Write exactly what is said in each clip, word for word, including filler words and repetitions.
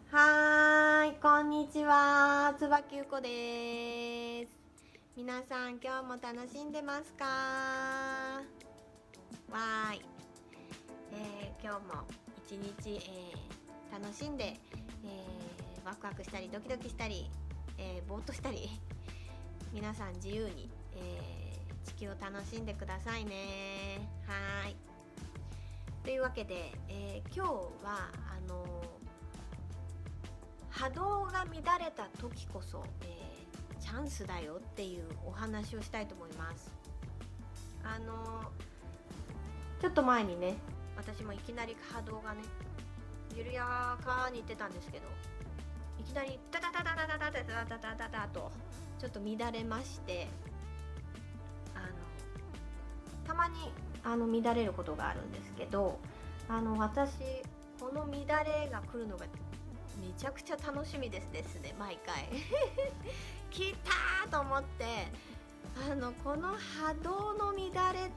はーい、こんにちは、椿ゆこです。皆さん、今日も楽しんでますか？わーい、えー、今日も一日、えー、楽しんで、えー、ワクワクしたりドキドキしたり、えー、ぼーっとしたり皆さん自由に、えー、地球を楽しんでくださいね。はーい。というわけで、えー、今日はあのー波動が乱れた時こそ、えー、チャンスだよっていうお話をしたいと思います。あのー、ちょっと前にね、私もいきなり波動がね、緩やかに言ってたんですけど、いきなりダダダダダダダダダダダダダとちょっと乱れまして、あのたまにあの乱れることがあるんですけど、あの私この乱れが来るのがめちゃくちゃ楽しみですですね、毎回来たーと思って、あのこの波動の乱れって、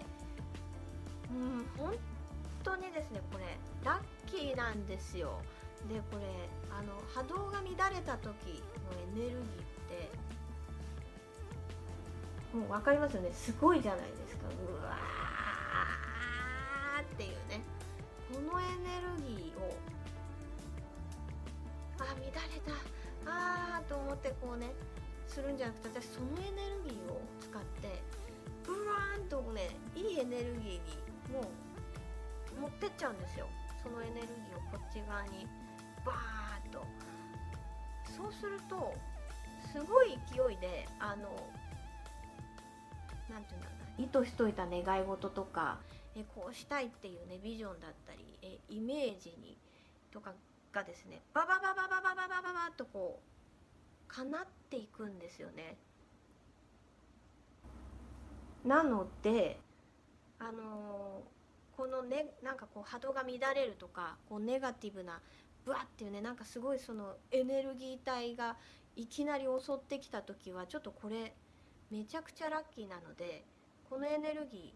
うん、本当にですね、これラッキーなんですよ。でこれあの波動が乱れた時のエネルギーってもう分かりますよね。すごいじゃないですか。うわーっていうね、このエネルギーをあ乱れたあーと思ってこうねするんじゃなくて、私そのエネルギーを使ってブワーンとね、いいエネルギーにもう持ってっちゃうんですよ。そのエネルギーをこっち側にバーッと。そうするとすごい勢いで、あのなんていうんだろうな、意図しといた願い事とか、えこうしたいっていうねビジョンだったり、えイメージにとかがですね、ババババババババババッとこう叶っていくんですよね。なのであのー、このね、なんかこう波動が乱れるとか、こうネガティブなブワッっていうね、なんかすごいそのエネルギー体がいきなり襲ってきた時は、ちょっとこれめちゃくちゃラッキーなので、このエネルギ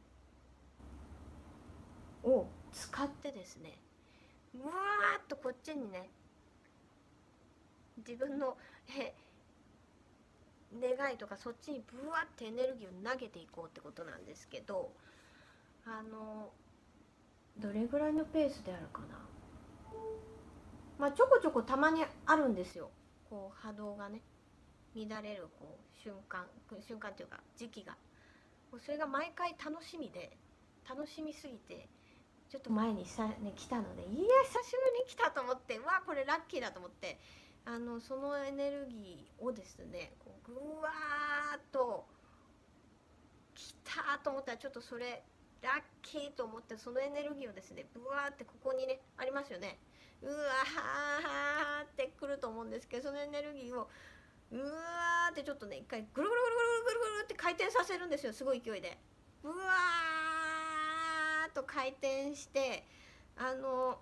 ーを使ってですね、うわーっとこっちにね、自分のえ願いとかそっちにブワーってエネルギーを投げていこうってことなんですけど、あのどれぐらいのペースであるかな。まあちょこちょこたまにあるんですよ、こう波動がね乱れるこう瞬間瞬間っていうか時期が。もうそれが毎回楽しみで、楽しみすぎて、ちょっと前にさ、ね、来たので、いや久しぶりに来たと思って、うわこれラッキーだと思って、あのそのエネルギーをですねこうぐわーっと来たと思ったら、ちょっとそれラッキーと思って、そのエネルギーをですねブワーってここにねありますよね。うわーってくると思うんですけど、そのエネルギーをうわーってちょっとね一回ぐるぐるぐるぐるぐるぐるって回転させるんですよ、すごい勢いで。うわーっと回転して、あの、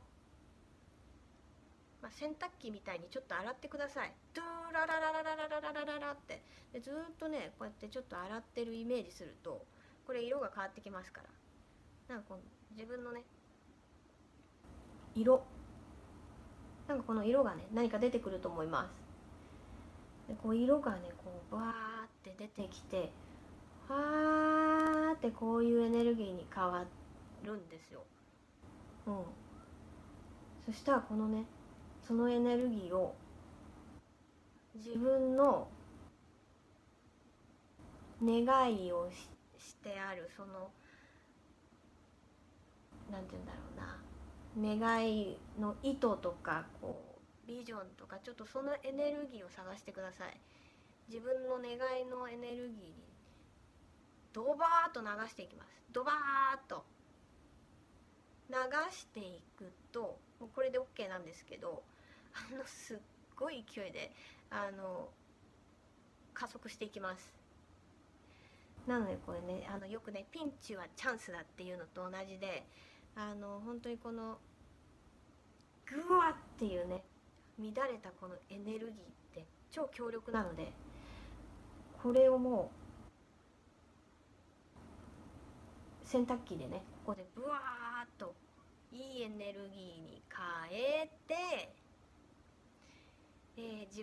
まあ、洗濯機みたいにちょっと洗ってください。ドゥーラララララララララララって。でずーっとねこうやってちょっと洗ってるイメージすると、これ色が変わってきますから、なんかこの自分のね色、なんかこの色がね何か出てくると思います。でこう色がねこうバーって出てきて、はーってこういうエネルギーに変わるんですよ。うん。そしたらこのねそのエネルギーを自分の願いを し, してある、そのなんて言うんだろうな、願いの意図とかこうビジョンとか、ちょっとそのエネルギーを探してください。自分の願いのエネルギーにドバーッと流していきます。ドバーッと流していくと、もうこれで OK なんですけど、あのすっごい勢いであの加速していきます。なのでこれね、あのよくねピンチはチャンスだっていうのと同じで、あの本当にこのグワっていうね乱れたこのエネルギーって超強力なので、これをもう洗濯機でねここでブワーっといいエネルギーに変えて、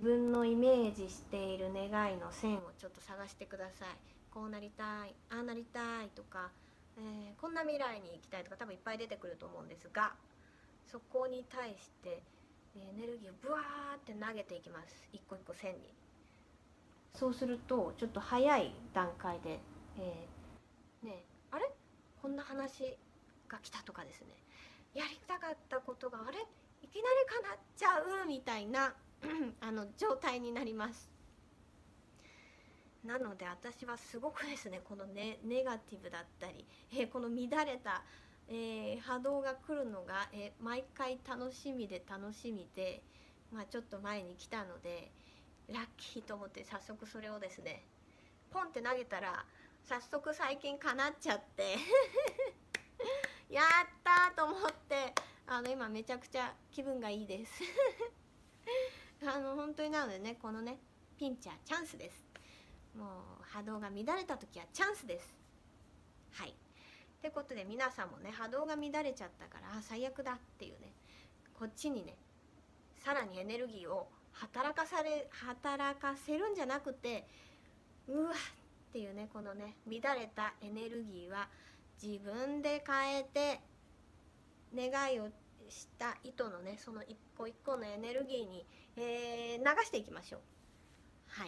自分のイメージしている願いの線をちょっと探してください。こうなりたい、ああなりたいとか、えー、こんな未来に行きたいとか多分いっぱい出てくると思うんですが、そこに対してエネルギーをブワーって投げていきます。一個一個線に。そうするとちょっと早い段階で、えー、ねあれこんな話が来たとかですね、やりたかったことがあれいきなり叶っちゃうみたいなあの状態になります。なので私はすごくですね、このねネガティブだったり、えー、この乱れた、えー、波動が来るのが、えー、毎回楽しみで楽しみで、まあ、ちょっと前に来たのでラッキーと思って早速それをですねポンって投げたら早速最近叶っちゃってやったーと思って、あの今めちゃくちゃ気分がいいですあの本当になのでね、このねピンチはチャンスです。もう波動が乱れた時はチャンスです。はい。ってことで皆さんもね波動が乱れちゃったからあ最悪だっていうね、こっちにねさらにエネルギーを働かされ働かせるんじゃなくて、うわっていうねこのね乱れたエネルギーは自分で変えて、願いをした糸のねその一個一個のエネルギーに、えー、流していきましょう。はい。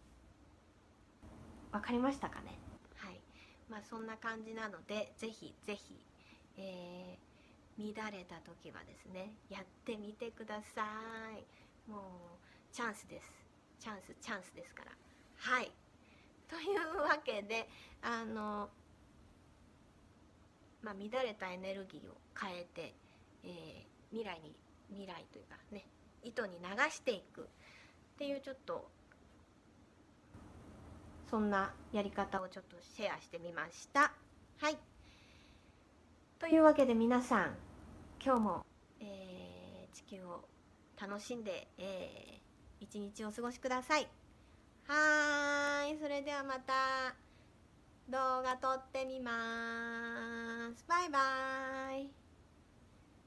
わかりましたかね。はい。まあそんな感じなので、ぜひぜひ、えー、乱れた時はですねやってみてください。もうチャンスです。チャンスチャンスですから。はい。というわけであのまあ乱れたエネルギーを変えて、えー、未来に未来というかね糸に流していくっていうちょっとそんなやり方をちょっとシェアしてみました。はい。というわけで皆さん今日も、えー、地球を楽しんで、えー、一日をお過ごしください。はーい。それではまた動画撮ってみます。バイバーイ。